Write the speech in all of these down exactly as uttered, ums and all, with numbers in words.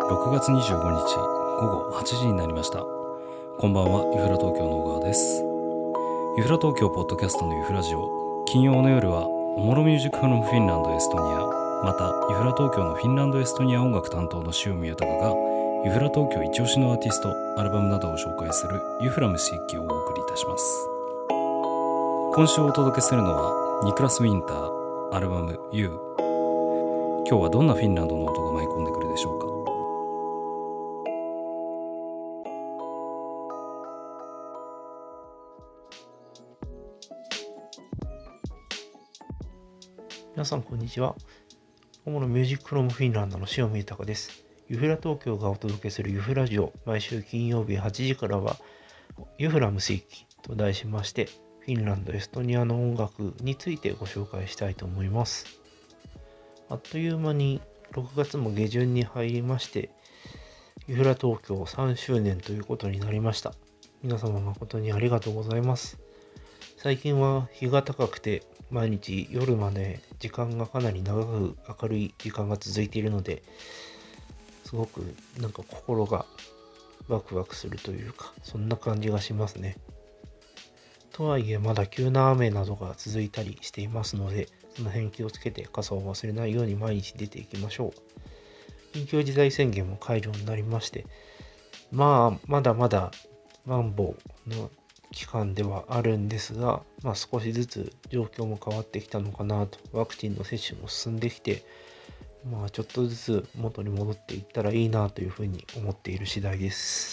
ろくがつにじゅうごにちごごはちじになりました。こんばんは、ユフラ東京の小川です。ユフラ東京ポッドキャストのユフラジオ、金曜の夜はおもろミュージックフロムフィンランドエストニア、またユフラ東京のフィンランドエストニア音楽担当の塩見豊がユフラ東京一押しのアーティスト、アルバムなどを紹介するユフラムシッキをお送りいたします。今週お届けするのはニクラス・ウィンター、アルバム You。 今日はどんなフィンランドの音が舞い込んでくるでしょうか。 皆さんこんにちは。主のミュージックフロムフィンランドの塩見豊です。ユフラ東京がお届けするユフラジオ、毎週金曜日はちじからはユフラムスイッキと題しまして、フィンランド、エストニアの音楽についてご紹介したいと思います。あっという間にろくがつも下旬に入りまして、ユフラ東京さんしゅうねんということになりました。皆様誠にありがとうございます。最近は日が高くて毎日夜まで時間がかなり長く明るい時間が続いているので、すごくなんか心がワクワクするというか、そんな感じがしますね。とはいえまだ急な雨などが続いたりしていますので、その辺気をつけて傘を忘れないように毎日出ていきましょう。緊急事態宣言も解除になりまして、まあまだまだマンボウの期間ではあるんですが、まあ、少しずつ状況も変わってきたのかなと、ワクチンの接種も進んできて、まあ、ちょっとずつ元に戻っていったらいいなというふうに思っている次第です。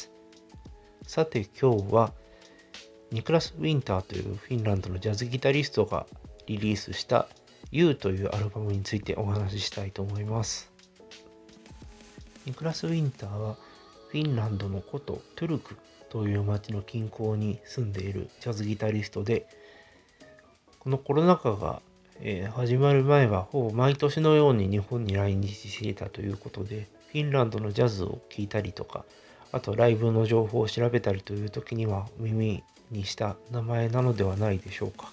さて今日はニクラス・ウィンターというフィンランドのジャズギタリストがリリースしたYouというアルバムについてお話ししたいと思います。ニクラス・ウィンターはフィンランドの古都トゥルクという町の近郊に住んでいるジャズギタリストで、このコロナ禍が、えー、始まる前はほぼ毎年のように日本に来日していたということで、フィンランドのジャズを聴いたりとか、あとライブの情報を調べたりという時には耳にした名前なのではないでしょうか。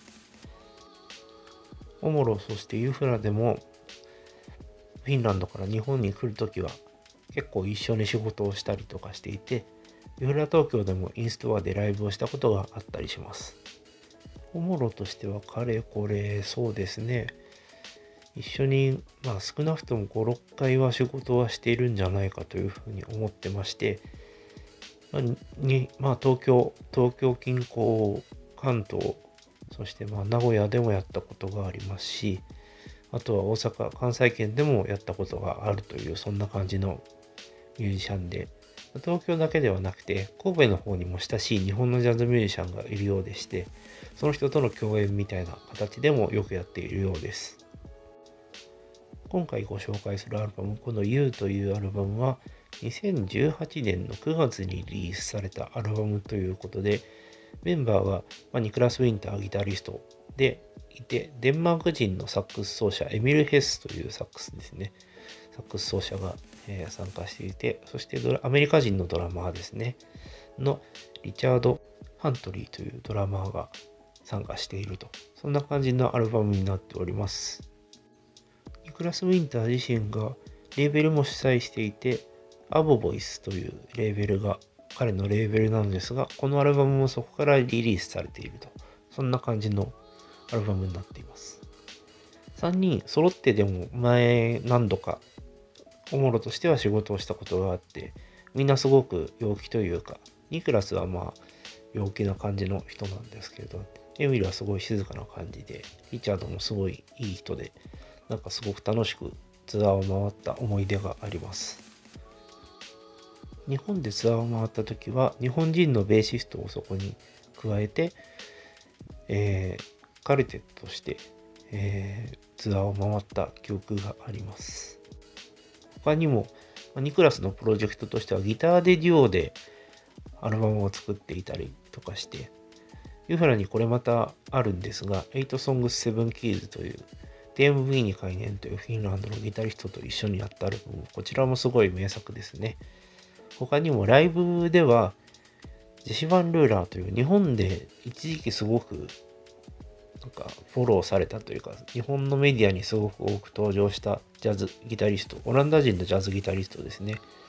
オモロ、そしてユフラでもフィンランドから日本に来るときは結構一緒に仕事をしたりとかしていて、ユフラ東京でもインストアでライブをしたことがあったりします。オモロとしてはかれこれそうですね、一緒にまあ少なくともご、ろっかいは仕事はしているんじゃないかというふうに思ってまして、まあにまあ、東京、東京近郊、関東、そしてまあ名古屋でもやったことがありますし、あとは大阪、関西圏でもやったことがあるという、そんな感じのミュージシャンで、東京だけではなくて神戸の方にも親しい日本のジャズミュージシャンがいるようでして、その人との共演みたいな形でもよくやっているようです。今回ご紹介するアルバム、この You というアルバムはにせんじゅうはちねんのくがつにリリースされたアルバムということで、メンバーが、まあ、ニクラス・ウィンターギタリストでいて、デンマーク人のサックス奏者エミル・ヘスというサックスですね、サックス奏者が、えー、参加していて、そしてドラアメリカ人のドラマーですねのリチャード・ハントリーというドラマーが参加していると、そんな感じのアルバムになっております。ニクラス・ウィンター自身がレーベルも主催していて、アボボイスというレーベルが彼のレーベルなのですが、このアルバムもそこからリリースされていると、そんな感じのアルバムになっています。さんにん揃ってでも前何度かオモロとしては仕事をしたことがあって、みんなすごく陽気というか、ニクラスはまあ陽気な感じの人なんですけれど、エミルはすごい静かな感じで、リチャードもすごいいい人で、なんかすごく楽しくツアーを回った思い出があります。日本でツアーを回った時は日本人のベーシストをそこに加えて、えー、カルテットとして、えー、ツアーを回った記憶があります。他にもニクラスのプロジェクトとしてはギターでデュオでアルバムを作っていたりとかして、ユフラにこれまたあるんですが、エイト Songs セブン Keys という ティーエムブイ に概念というフィンランドのギタリストと一緒にやったアルバム、こちらもすごい名作ですね。他にもライブではジェシ・バン・ルーラーという日本で一時期すごくなんかフォローされたというか、日本のメディアにすごく多く登場したジャズギタリスト、オランダ人のジャズギタリストですね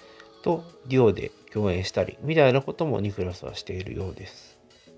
とデュオで共演したりみたいなこともニクラスはしているようです。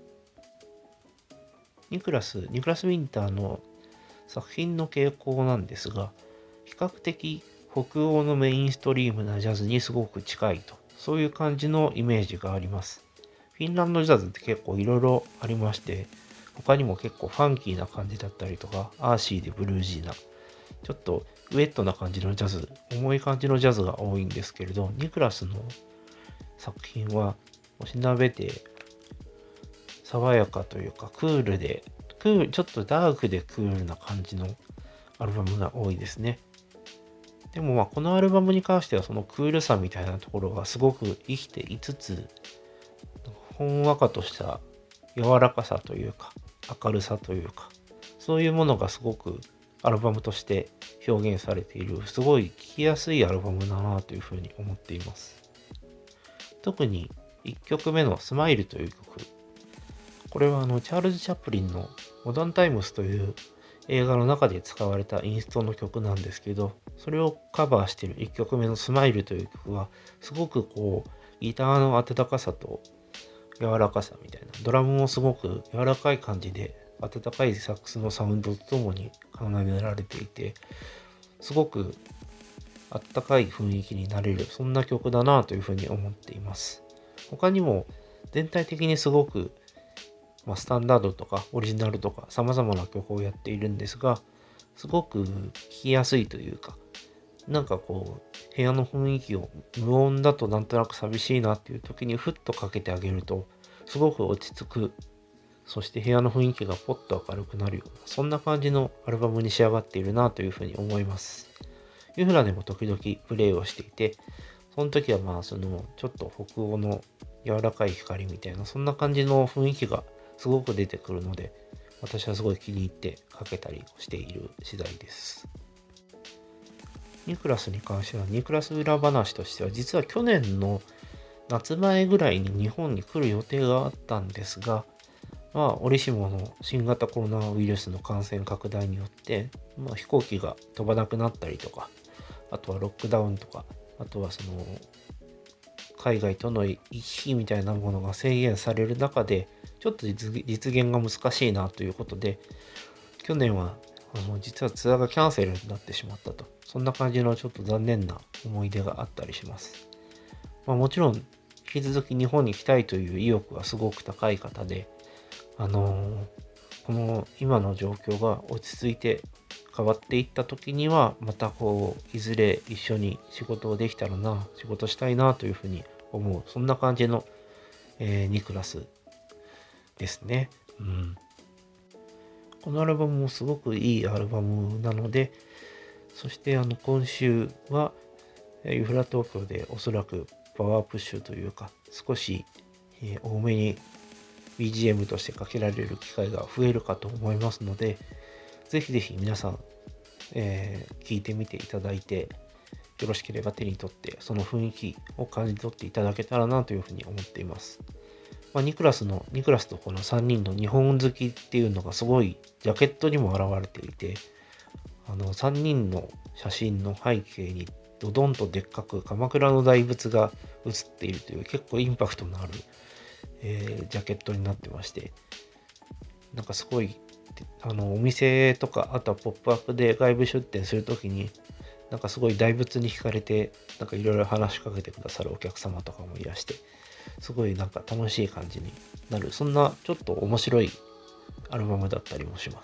ニクラス、ニクラス・ウィンターの作品の傾向なんですが、比較的北欧のメインストリームなジャズにすごく近いと、そういう感じのイメージがあります。フィンランドジャズって結構いろいろありまして、他にも結構ファンキーな感じだったりとか、アーシーでブルージーな、ちょっとウェットな感じのジャズ、重い感じのジャズが多いんですけれど、ニクラスの作品はおしなべて爽やかというかクールで、クール、ちょっとダークでクールな感じのアルバムが多いですね。でもまあこのアルバムに関してはそのクールさみたいなところがすごく生きていつつ、ほんわかとした柔らかさというか明るさというか、そういうものがすごくアルバムとして表現されている、すごい聴きやすいアルバムだなというふうに思っています。特にいっきょくめのスマイルという曲、これはあのチャールズ・チャップリンのモダンタイムスという映画の中で使われたインストの曲なんですけど、それをカバーしているいっきょくめのスマイルという曲はすごくこうギターの温かさと柔らかさみたいな、ドラムもすごく柔らかい感じで温かいサックスのサウンドとともに奏でられていて、すごくあったかい雰囲気になれる、そんな曲だなというふうに思っています。他にも全体的にすごく、まあ、スタンダードとかオリジナルとか様々な曲をやっているんですが、すごく聴きやすいというか、なんかこう部屋の雰囲気を無音だとなんとなく寂しいなっていう時にふっとかけてあげるとすごく落ち着く、そして部屋の雰囲気がポッと明るくなるような、そんな感じのアルバムに仕上がっているなというふうに思います。ユフラでも時々プレイをしていて、その時はまあそのちょっと北欧の柔らかい光みたいな、そんな感じの雰囲気がすごく出てくるので、私はすごい気に入ってかけたりしている次第です。ニクラスに関しては、ニクラス裏話としては、実は去年の夏前ぐらいに日本に来る予定があったんですが、まあ、折しもの新型コロナウイルスの感染拡大によって、まあ、飛行機が飛ばなくなったりとか、あとはロックダウンとか、あとはその海外との行き来みたいなものが制限される中で、ちょっと実現が難しいなということで、去年はあの実はツアーがキャンセルになってしまったと、そんな感じのちょっと残念な思い出があったりします。まあ、もちろん引き続き日本に来たいという意欲はすごく高い方で、あのー、この今の状況が落ち着いて変わっていった時には、またこういずれ一緒に仕事をできたらな、仕事したいなというふうに思う、そんな感じの、えー、ニクラスですね。うん。このアルバムもすごくいいアルバムなので、そしてあの今週はユフラ東京でおそらくパワープッシュというか、少し多めに ビージーエム としてかけられる機会が増えるかと思いますので、ぜひぜひ皆さん、えー、聞いてみていただいて、よろしければ手に取ってその雰囲気を感じ取っていただけたらなというふうに思っています。まあ、ニクラスの、ニクラスとこのさんにんの日本好きっていうのがすごいジャケットにも現れていて、あのさんにんの写真の背景にドドンとでっかく鎌倉の大仏が写っているという結構インパクトのある、えー、ジャケットになってまして、なんかすごいあのお店とか、あとはポップアップで外部出店するときになんかすごい大仏に惹かれて、なんかいろいろ話しかけてくださるお客様とかもいらして、すごいなんか楽しい感じになる、そんなちょっと面白いアルバムだったりもします。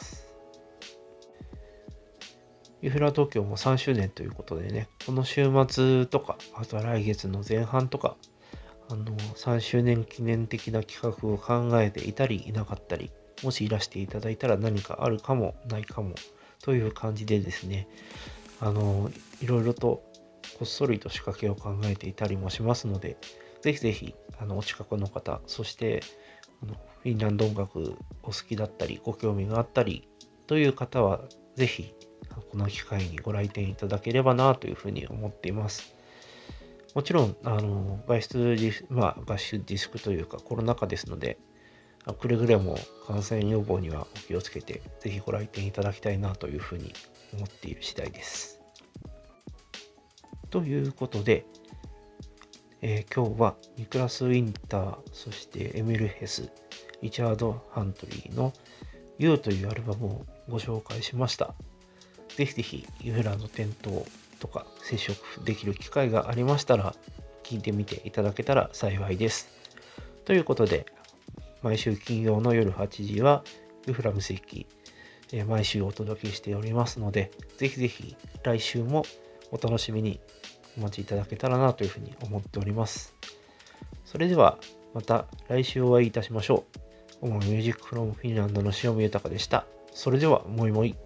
ユフラ東京もさんしゅうねんということでね、この週末とか、あとは来月の前半とか、あのさんしゅうねん記念的な企画を考えていたりいなかったり、もしいらしていただいたら何かあるかもないかもという感じでですね、あのいろいろとこっそりと仕掛けを考えていたりもしますので、ぜひぜひあのお近くの方、そしてあのフィンランド音楽お好きだったりご興味があったりという方は、ぜひこの機会にご来店いただければなというふうに思っています。もちろんあの外出自、まあ、外出自粛というかコロナ禍ですので、くれぐれも感染予防にはお気をつけて、ぜひご来店いただきたいなというふうに思っている次第です。ということで、 えー、今日はニクラス・ウィンター、そしてエミル・ヘス、リチャード・ハントリーの You というアルバムをご紹介しました。ぜひぜひユフラの店頭とか接触できる機会がありましたら聞いてみていただけたら幸いです。ということで、毎週金曜の夜はちじはユフラ無席、えー、毎週お届けしておりますので、ぜひぜひ来週もお楽しみにお待ちいただけたらなというふうに思っております。それではまた来週お会いいたしましょう。主にミュージックフロムフィンランドの塩見豊でした。それではもいもい。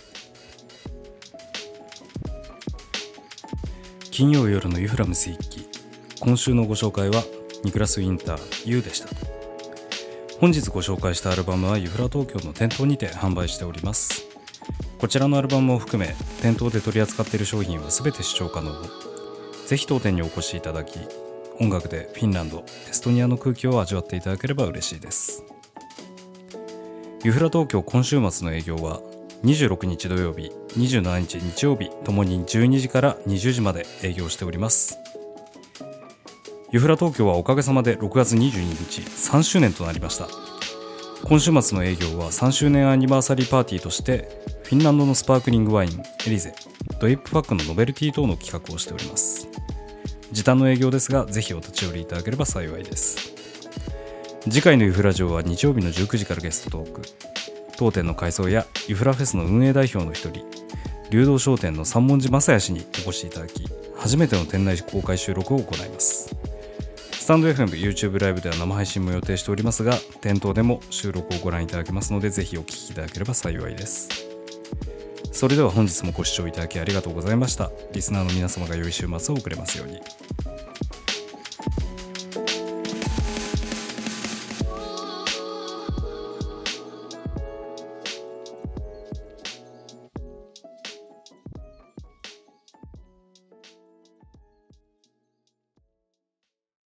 金曜夜のユフラムス一期、今週のご紹介はニクラス・ウィンター You でした。本日ご紹介したアルバムはユフラ東京の店頭にて販売しております。こちらのアルバムを含め店頭で取り扱っている商品は全て視聴可能。ぜひ当店にお越しいただき、音楽でフィンランド、エストニアの空気を味わっていただければ嬉しいです。ユフラ東京今週末の営業はにじゅうろくにち土曜日、にじゅうしちにち日曜日ともにじゅうにじからにじゅうじまで営業しております。ユフラ東京はおかげさまでろくがつにじゅうににちさんしゅうねんとなりました。今週末の営業はさんしゅうねんアニバーサリーパーティーとしてフィンランドのスパークリングワインエリゼ、ドリップパックのノベルティ等の企画をしております。時短の営業ですが、ぜひお立ち寄りいただければ幸いです。次回のユフラジオは日曜日のじゅうくじからゲストトーク、当店の改装やユフラフェスの運営代表の一人、流動商店の三文字正也氏にお越しいただき、初めての店内公開収録を行います。スタンド エフエム、YouTube ライブでは生配信も予定しておりますが、店頭でも収録をご覧いただけますので、ぜひお聞きいただければ幸いです。それでは本日もご視聴いただきありがとうございました。リスナーの皆様が良い週末を送れますように。